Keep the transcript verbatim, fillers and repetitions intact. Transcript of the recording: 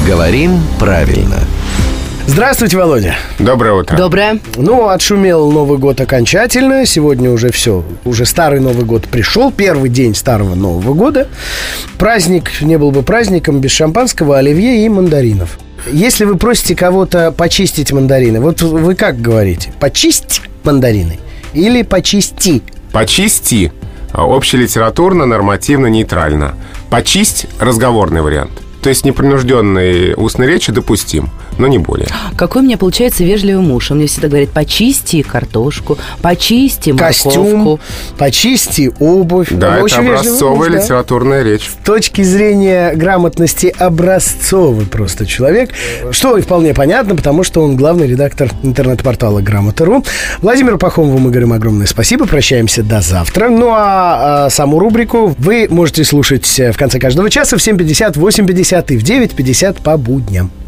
Говорим правильно. Здравствуйте, Володя. Доброе утро. Доброе. Ну, отшумел Новый год окончательно. Сегодня уже все. Уже старый Новый год пришел. Первый день старого Нового года. Праздник не был бы праздником без шампанского, оливье и мандаринов. Если вы просите кого-то почистить мандарины, вот вы как говорите? Почисть мандарины или почисти? Почисти. Общелитературно, нормативно, нейтрально. Почисть – разговорный вариант. То есть непринужденной устной речи допустим, но не более. Какой у меня получается вежливый муж. Он мне всегда говорит: почисти картошку, почисти морковку. Костюм, почисти обувь. Да, Он это образцовая муж, да? литературная речь. С точки зрения грамотности образцовый просто человек. Что и вполне понятно, потому что он главный редактор интернет-портала Грамота точка ру. Владимиру Пахомову мы говорим огромное спасибо. Прощаемся до завтра. Ну а, а саму рубрику вы можете слушать в конце каждого часа в семь пятьдесят, восемь пятьдесят и в девять пятьдесят по будням.